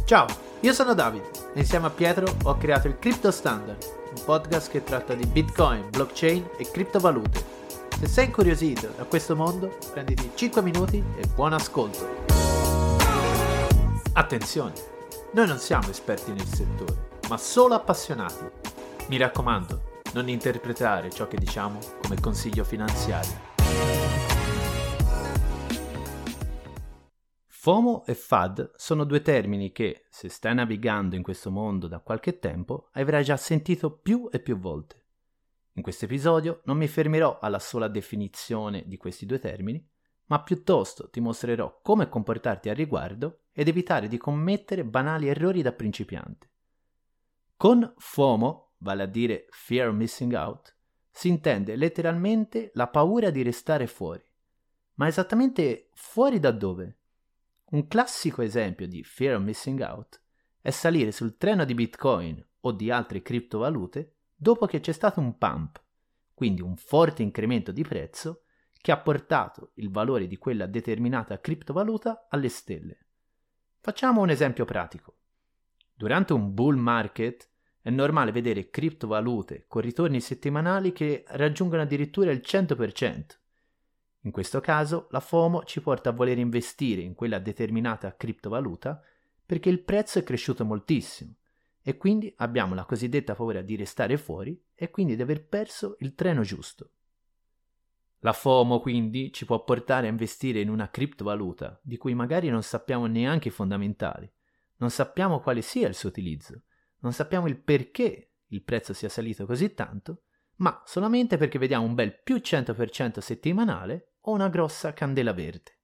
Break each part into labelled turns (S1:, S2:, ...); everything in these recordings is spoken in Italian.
S1: Ciao, io sono Davide e insieme a Pietro ho creato il Crypto Standard, un podcast che tratta di Bitcoin, blockchain e criptovalute. Se sei incuriosito da questo mondo, prenditi 5 minuti e buon ascolto. Attenzione, noi non siamo esperti nel settore, ma solo appassionati. Mi raccomando, non interpretare ciò che diciamo come consiglio finanziario. FOMO e FUD sono due termini che, se stai navigando in questo mondo da qualche tempo, avrai già sentito più e più volte. In questo episodio non mi fermerò alla sola definizione di questi due termini, ma piuttosto ti mostrerò come comportarti al riguardo ed evitare di commettere banali errori da principiante. Con FOMO, vale a dire Fear of Missing Out, si intende letteralmente la paura di restare fuori. Ma esattamente fuori da dove? Un classico esempio di Fear of Missing Out è salire sul treno di Bitcoin o di altre criptovalute dopo che c'è stato un pump, quindi un forte incremento di prezzo che ha portato il valore di quella determinata criptovaluta alle stelle. Facciamo un esempio pratico. Durante un bull market è normale vedere criptovalute con ritorni settimanali che raggiungono addirittura il 100%. In questo caso la FOMO ci porta a voler investire in quella determinata criptovaluta perché il prezzo è cresciuto moltissimo e quindi abbiamo la cosiddetta paura di restare fuori e quindi di aver perso il treno giusto. La FOMO quindi ci può portare a investire in una criptovaluta di cui magari non sappiamo neanche i fondamentali, non sappiamo quale sia il suo utilizzo, non sappiamo il perché il prezzo sia salito così tanto, ma solamente perché vediamo un bel più 100% settimanale o una grossa candela verde.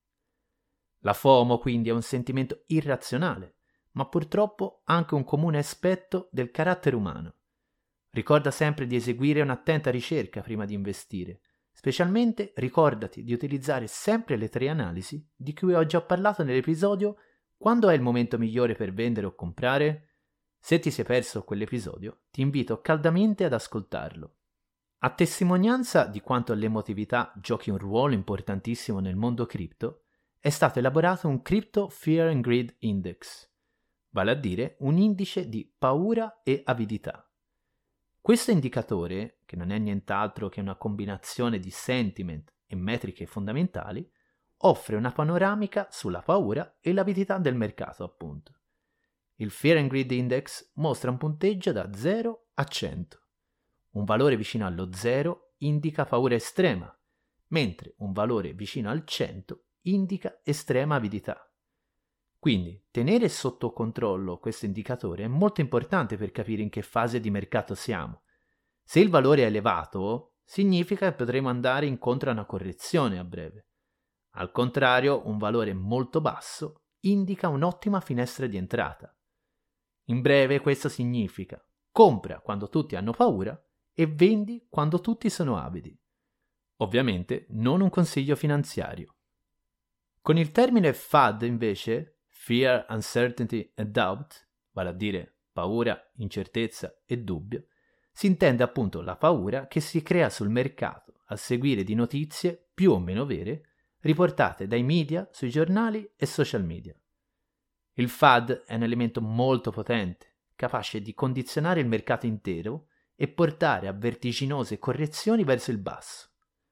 S1: La FOMO quindi è un sentimento irrazionale, ma purtroppo anche un comune aspetto del carattere umano. Ricorda sempre di eseguire un'attenta ricerca prima di investire, specialmente ricordati di utilizzare sempre le 3 analisi di cui ho già parlato nell'episodio "Quando è il momento migliore per vendere o comprare?". Se ti sei perso quell'episodio, ti invito caldamente ad ascoltarlo. A testimonianza di quanto l'emotività giochi un ruolo importantissimo nel mondo cripto, è stato elaborato un Crypto Fear and Greed Index, vale a dire un indice di paura e avidità. Questo indicatore, che non è nient'altro che una combinazione di sentiment e metriche fondamentali, offre una panoramica sulla paura e l'avidità del mercato, appunto. Il Fear and Greed Index mostra un punteggio da 0 a 100. Un valore vicino allo 0 indica paura estrema, mentre un valore vicino al 100 indica estrema avidità. Quindi, tenere sotto controllo questo indicatore è molto importante per capire in che fase di mercato siamo. Se il valore è elevato, significa che potremo andare incontro a una correzione a breve. Al contrario, un valore molto basso indica un'ottima finestra di entrata. In breve, questo significa: compra quando tutti hanno paura e vendi quando tutti sono avidi. Ovviamente non un consiglio finanziario. Con il termine FUD invece, Fear, Uncertainty and Doubt, vale a dire paura, incertezza e dubbio, si intende appunto la paura che si crea sul mercato a seguire di notizie più o meno vere riportate dai media, sui giornali e social media. Il FUD è un elemento molto potente, capace di condizionare il mercato intero e portare a vertiginose correzioni verso il basso.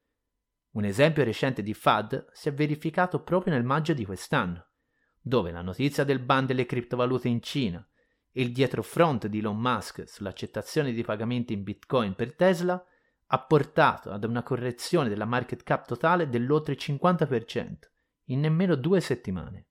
S1: Un esempio recente di FUD si è verificato proprio nel maggio di quest'anno, dove la notizia del ban delle criptovalute in Cina e il dietrofront di Elon Musk sull'accettazione di pagamenti in Bitcoin per Tesla ha portato ad una correzione della market cap totale dell'oltre 50% in nemmeno 2 settimane.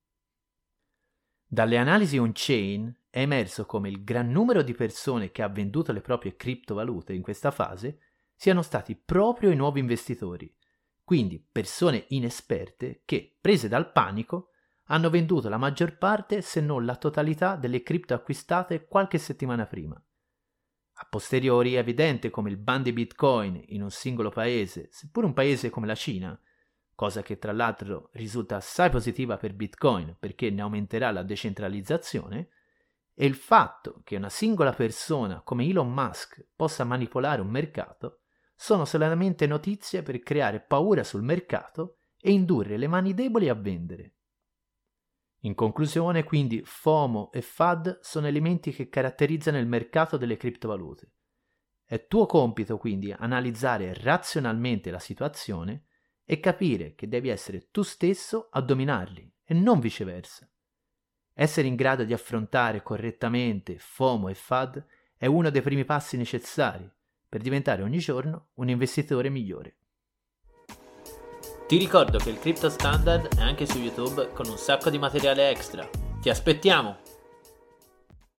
S1: Dalle analisi on-chain è emerso come il gran numero di persone che ha venduto le proprie criptovalute in questa fase siano stati proprio i nuovi investitori, quindi persone inesperte che, prese dal panico, hanno venduto la maggior parte se non la totalità delle cripto acquistate qualche settimana prima. A posteriori è evidente come il ban di Bitcoin in un singolo paese, seppur un paese come la Cina, cosa che tra l'altro risulta assai positiva per Bitcoin perché ne aumenterà la decentralizzazione, e il fatto che una singola persona come Elon Musk possa manipolare un mercato sono solamente notizie per creare paura sul mercato e indurre le mani deboli a vendere. In conclusione, quindi, FOMO e FUD sono elementi che caratterizzano il mercato delle criptovalute. È tuo compito quindi analizzare razionalmente la situazione e capire che devi essere tu stesso a dominarli e non viceversa. Essere in grado di affrontare correttamente FOMO e FUD è uno dei primi passi necessari per diventare ogni giorno un investitore migliore. Ti ricordo che il Crypto Standard è anche su YouTube con un sacco di materiale extra. Ti aspettiamo!